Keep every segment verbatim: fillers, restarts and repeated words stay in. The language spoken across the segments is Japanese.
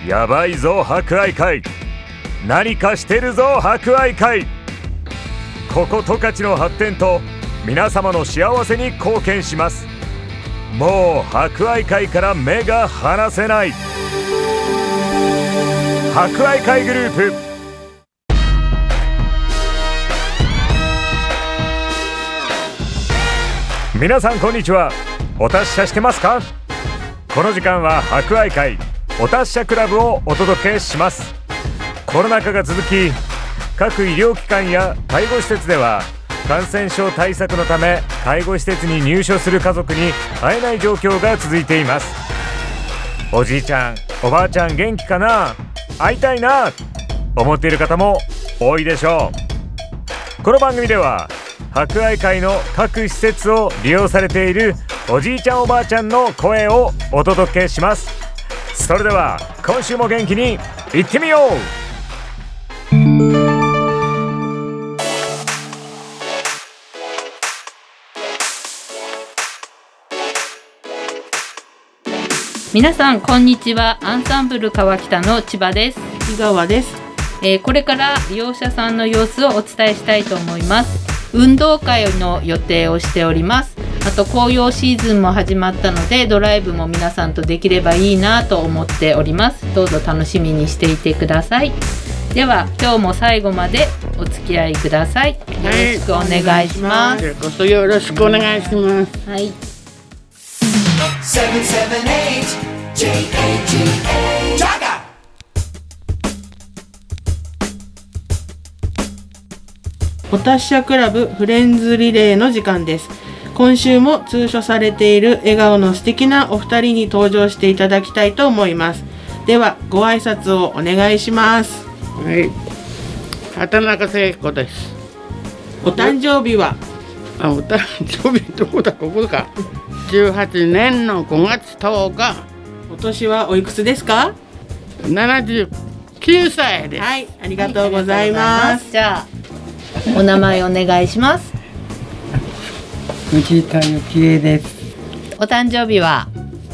やばいぞ博愛会、何かしてるぞ博愛会。ここ十勝の発展と皆様の幸せに貢献します。もう博愛会から目が離せない。博愛会グループ。皆さんこんにちは。お達者してますか？この時間は博愛会お達者クラブをお届けします。コロナ禍が続き、各医療機関や介護施設では感染症対策のため介護施設に入所する家族に会えない状況が続いています。おじいちゃんおばあちゃん元気かな、会いたいな思っている方も多いでしょう。この番組では博愛会の各施設を利用されているおじいちゃんおばあちゃんの声をお届けします。それでは今週も元気にいってみよう。 皆さんこんにちは。アンサンブル川北の千葉です。 井川です。 えー、これから利用者さんの様子をお伝えしたいと思います。運動会の予定をしております。あと紅葉シーズンも始まったのでドライブも皆さんとできればいいなと思っております。どうぞ楽しみにしていてください。では今日も最後までお付き合いください。よろしくお願いします。 こちらこそよろしくお願いします。 はい。 セブンセブンエイト ジェイエージーエー ジャガお達者クラブフレンズリレーの時間です。今週も通所されている笑顔の素敵なお二人に登場していただきたいと思います。ではご挨拶をお願いします。 はい、畑中聖子です。 お誕生日は？ あ、お誕生日どこだ、ここか。じゅうはちねんのごがつとおか。 お年はおいくつですか？ ななじゅうきゅうさいです。 はい、ありがとうございます。 じゃあお名前お願いします。 藤田幸恵です。 お誕生日は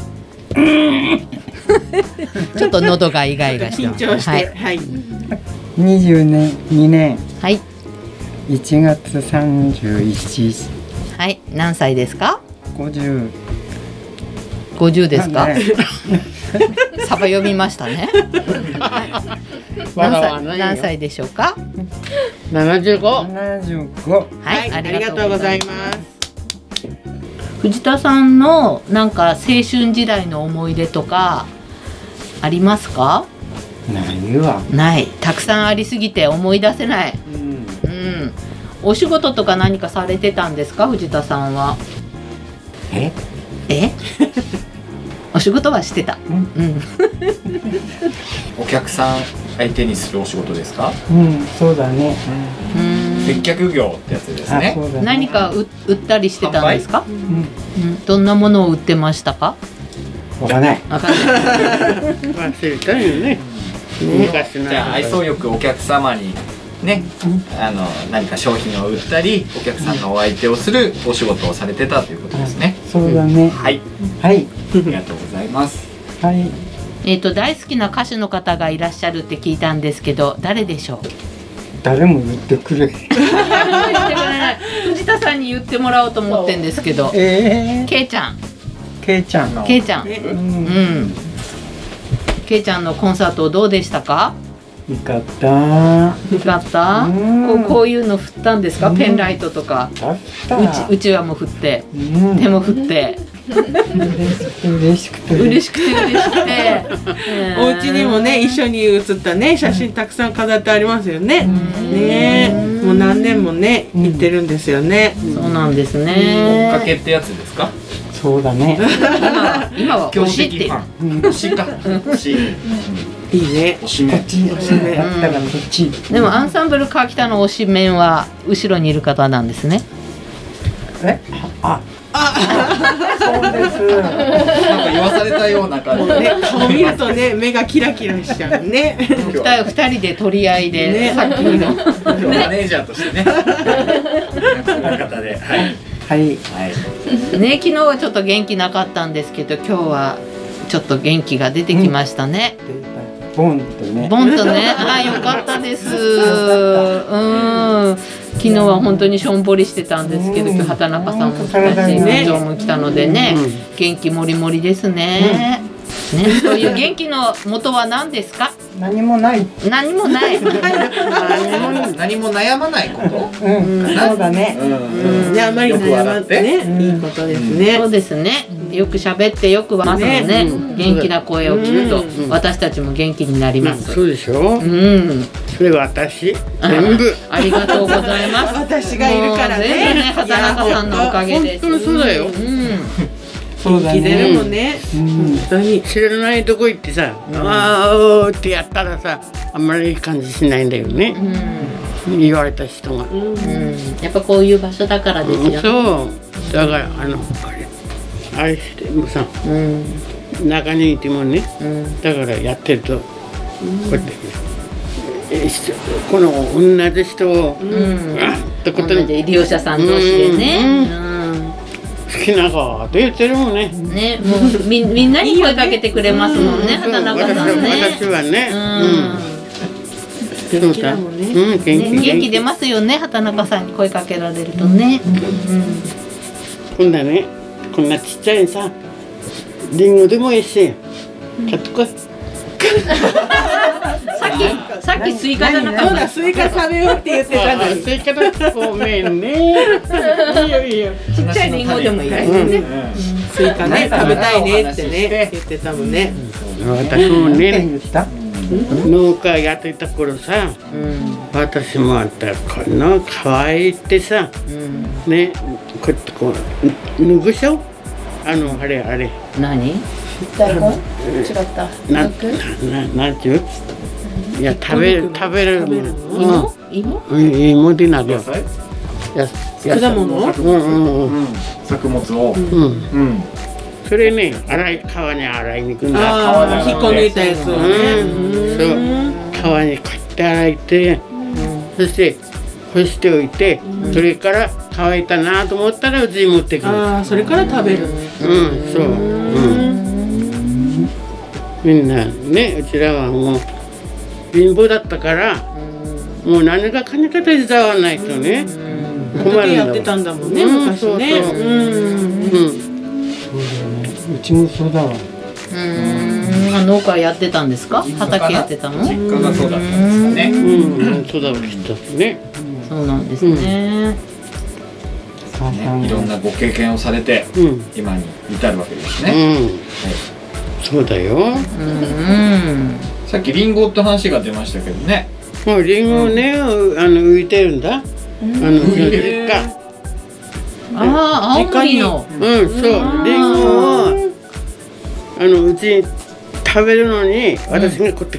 ちょっと喉がイガイガして緊張して、 はい、 はい、 にじゅうにねん、 はい、 いちがつさんじゅういちにち、 はい、何歳ですか？ ごじゅう、 ごじゅうですか？ ね、 サバ読みましたね。何歳、何歳でしょうか？ ななじゅうご。 ななじゅうご。 はい、 はい、ありがとうございます。 藤田さんのなんか青春時代の思い出とかありますか？ ないわ。 ない。たくさんありすぎて思い出せない。 うん。 うん。お仕事とか何かされてたんですか、藤田さんは？ え？ え？お仕事はしてた。うん。 お客さん相手にするお仕事ですか？ うん、そうだね。 うん。 接客業ってやつですね。 そうだね。 何か売売ったりしてたんですか？ うん。 うん。どんなものを売ってましたか？ わかんない。 わかんない。 忘れたよね。昔の。 じゃあ愛想よくお客様にね、あの何か商品を売ったりお客さんのお相手をするお仕事をされてたということですね。 そうだね。 はい、 はい。 ありがとうございます。 はい。 えっと大好きな歌手の方がいらっしゃるって聞いたんですけど、誰でしょう？ 誰も言ってくれ。 藤田さんに言ってもらおうと思ってんですけど。 ええー。 けいちゃん。 けいちゃんの。 けいちゃん。 う。 うんん。けいちゃんのコンサートどうでしたか？ よかった。 よかった。 うんこうこういうの振ったんですか？ うんペンライトとか。 だった。 うちうちわも振って、 うん。 手も振って。 嬉しくて嬉しくて嬉しくて。 お家にもね、一緒に写ったね、写真たくさん飾ってありますよね。ね、もう何年もね、行ってるんですよね。 そうなんです追っね。 かけってやつですか？ そうだね。 今今は強推しっていう敵ファ。ン。推しか。推し。 いいね。 推しメン。 こっち、おしめだったらこっち。 でもアンサンブル川北の推しメンは後ろにいる方なんですね。 え、あ、そうです。 なんか言わされたような感じで。 ね、顔見るとね、目がキラキラしちゃうね。 二人二人で取り合いで、 ねさっきの今日マネージャーとしてね。こんな方で、はい。 はい。 はい。 ね、昨日はちょっと元気なかったんですけど、今日はちょっと元気が出てきましたね。 ボンとね。 ボンとね、あ、よかったです。うん。昨日は本当にしょんぼりしてたんですけど、今日畑中さんも来たし、部長も来たのでね、元気もりもりですね。ね、そういう元気の元は何ですか？ 何もない。 何もない。 何も何も悩まないこと。 うん、そうだね。 うん、いや、あまり悩まってね、いいことですね。 そうですね。よく喋ってよく話すのね。元気な声を聞くと、私たちも元気になります。 そうでしょ。 うん。 それは私全部。 ありがとうございます。 私がいるからね。 全部ね、畑中さんのおかげです。 本当にそうだよ。 うん。 そうだ生きてるもね。 んね。本当に。 知らないとこ行ってさ、あーってやったらさ、あんまりいい感じしないんだよね。言われた人が。 うん。やっぱこういう場所だからですよ。 そう。だからあのあれあれしてもさ、中にいてもね、だからやってるとこうやって。この同じ人を、あってことに利用者さん同士でね。 好きな子って言ってるもんね。 ね、もうみみんなに声かけてくれますもんね、畑中さんね。 私はね、 元気だもんね。 うん、元気元気出ますよね、畑中さんに声かけられるとね。 こんなね、こんなちっちゃいさ、リンゴでもいいし、買ってこい。 さっきさっきスイカじゃなかった。 そうだ、スイカ食べようって言ってたのに。 スイカだ、ごめんね。いいよいいよ。 ちっちゃいリンゴでもいいですね。 スイカね、食べたいねってね、言ってたもんね。 私もね、農家やってた頃さ、私もあったこの可愛いってさ、ね、こうやってこう脱ぐでしょ。あのあれあれ。 何？ 大根？違った。 な、な、なんていう？いや、食べる、食べる。 芋？芋？ 芋でなる。 野菜？ 果物？ うんうんうん。 作物を。 うん。 うん。 それね、洗い、川に洗いに行くんだ。 ああ、引っこ抜いたやつをね。 そう。川にこうやって洗いて、そして干しておいて、それから乾いたなと思ったらうちに持ってくる。 ああ、それから食べる。 うん、そう。うん。みんなね、うちらはもう貧乏だったから、もう何かかにか手伝わないとね、困るんだ。 やってたんだもんね、昔ね。 うちもそうだわ。 うん、農家やってたんですか？畑やってたの？ 実家がそうだったんですかね。 うん、そうだ、きっとね。 そうなんですね。 いろんなご経験をされて、今に至るわけですね。 そうだよ。 さっきリンゴって話が出ましたけどね。 もうリンゴね、あの浮いてるんだ。あの実家。 ああ、青森の。 うん、そう、リンゴをあのうち食べるのに私がこうやって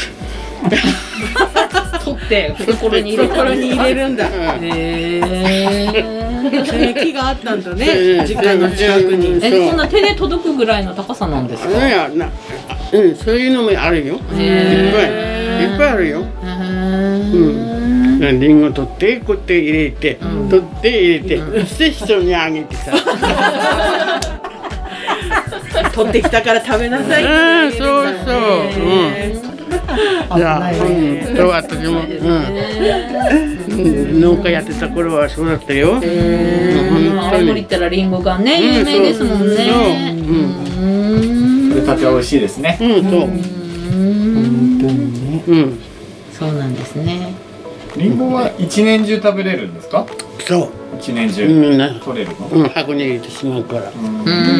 取って袋に入れ袋に入れるんだ。 へえ。木があったんだね、実家の近くに。 え、そんな手で届くぐらいの高さなんですか？ いや、な、うん、そういうのもあるよ。いっぱいいっぱいあるよ。うん、リンゴ取ってこうやって入れて、取って入れて、そして人にあげてさ。 取ってきたから食べなさい。 うん、そうそう。じゃあ、そう私も、農家やってた頃はそうだったよ。 青森ったらリンゴがね、有名ですもんね。 取れたては美味しいですね。 うん、そう。本当にね。 うん。 そうなんですね。 リンゴは一年中食べれるんですか？ そう。 一年中取れるの？ うん、箱に入れてしまうから。 うん、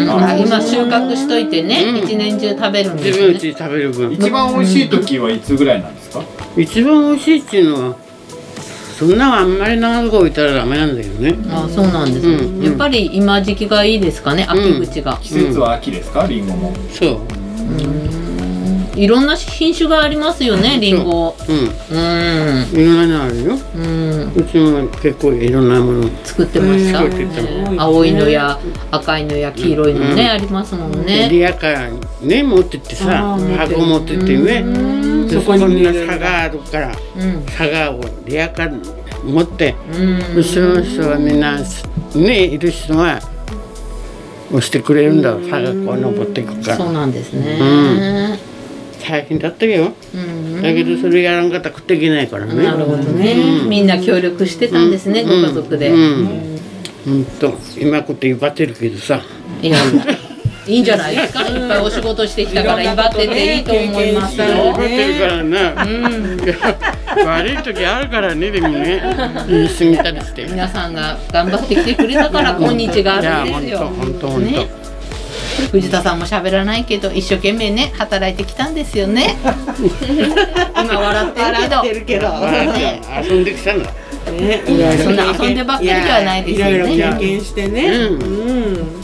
今収穫しといてね、一年中食べるんですね。 自分うち食べる分。 一番美味しい時はいつぐらいなんですか？ 一番美味しいっていうのは、そんなあんまり長く置いたらダメなんだよね。 あ、そうなんですね。やっぱり今時期がいいですかね、秋口が。 季節は秋ですか、リンゴも？ そう。 いろんな品種がありますよね、リンゴ。 うん。いろんなのあるよ。うちも結構いろんなもの作ってました。青いのや赤いのや黄色いのね、ありますもんね。 リアカーね持ってってさ、箱持ってってね、そこに差があるから、差がをリアカー持って、後ろの人はみんなねいる人が押してくれるんだ。差がこう登っていくから。 そうなんですね。 大変だったよ。 うんだけどそれやらんかったら食っていけないからね。 なるほどね、 うんみんな協力してたんですね、 うんご家族で、 うんほんと今こと威張ってるけどさ。 いやいやいいんじゃないですか、いっぱいお仕事してきたから威張ってていいと思いますよ、 威張ってるからな。悪い時あるからね、でもね言い過ぎたりして。 皆さんが頑張ってきてくれたから今日があるんですよ。 いやほんとほんとほんとね、藤田さんも喋らないけど一生懸命ね働いてきたんですよね今笑ってるけど笑ってるけどね遊んできたんだ。 ね、 そんな遊んでばっかりではないですよねいろいろ経験してね。 うんうん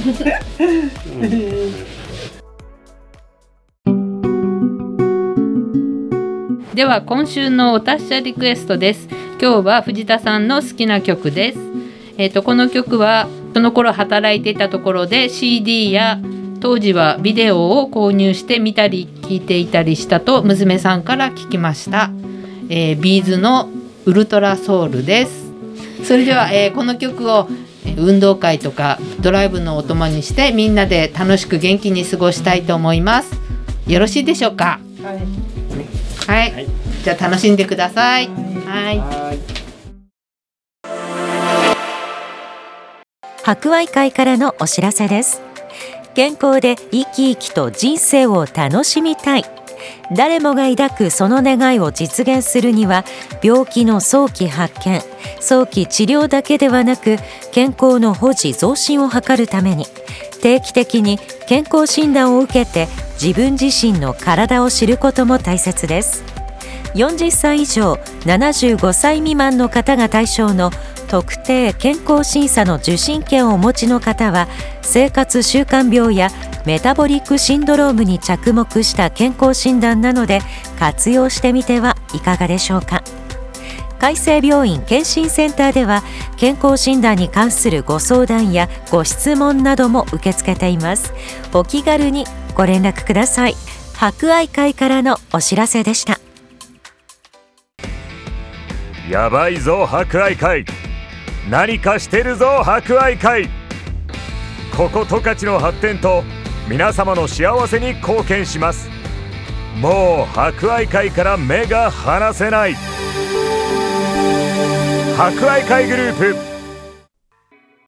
では今週のお達者リクエストです。今日は藤田さんの好きな曲です。えっとこの曲はその頃働いていたところで シーディー や当時はビデオを購入して見たり聞いていたりしたと娘さんから聞きました。えー、ビーズのウルトラソウルです。それでは、えー、この曲を運動会とかドライブのお供にしてみんなで楽しく元気に過ごしたいと思います。よろしいでしょうか。はい、はい、じゃあ楽しんでください。はい、 博愛会からのお知らせです。健康で生き生きと人生を楽しみたい、誰もが抱くその願いを実現するには、病気の早期発見、早期治療だけではなく、健康の保持増進を図るために定期的に健康診断を受けて自分自身の体を知ることも大切です。よんじゅっさい以上ななじゅうごさい未満の方が対象の特定健康審査の受診券をお持ちの方は、生活習慣病やメタボリックシンドロームに着目した健康診断なので活用してみてはいかがでしょうか。海生病院健診センターでは健康診断に関するご相談やご質問なども受け付けています。お気軽にご連絡ください。博愛会からのお知らせでした。 やばいぞ博愛会、何かしてるぞ博愛会。ここ十勝の発展と皆様の幸せに貢献します。もう博愛会から目が離せない。博愛会グループ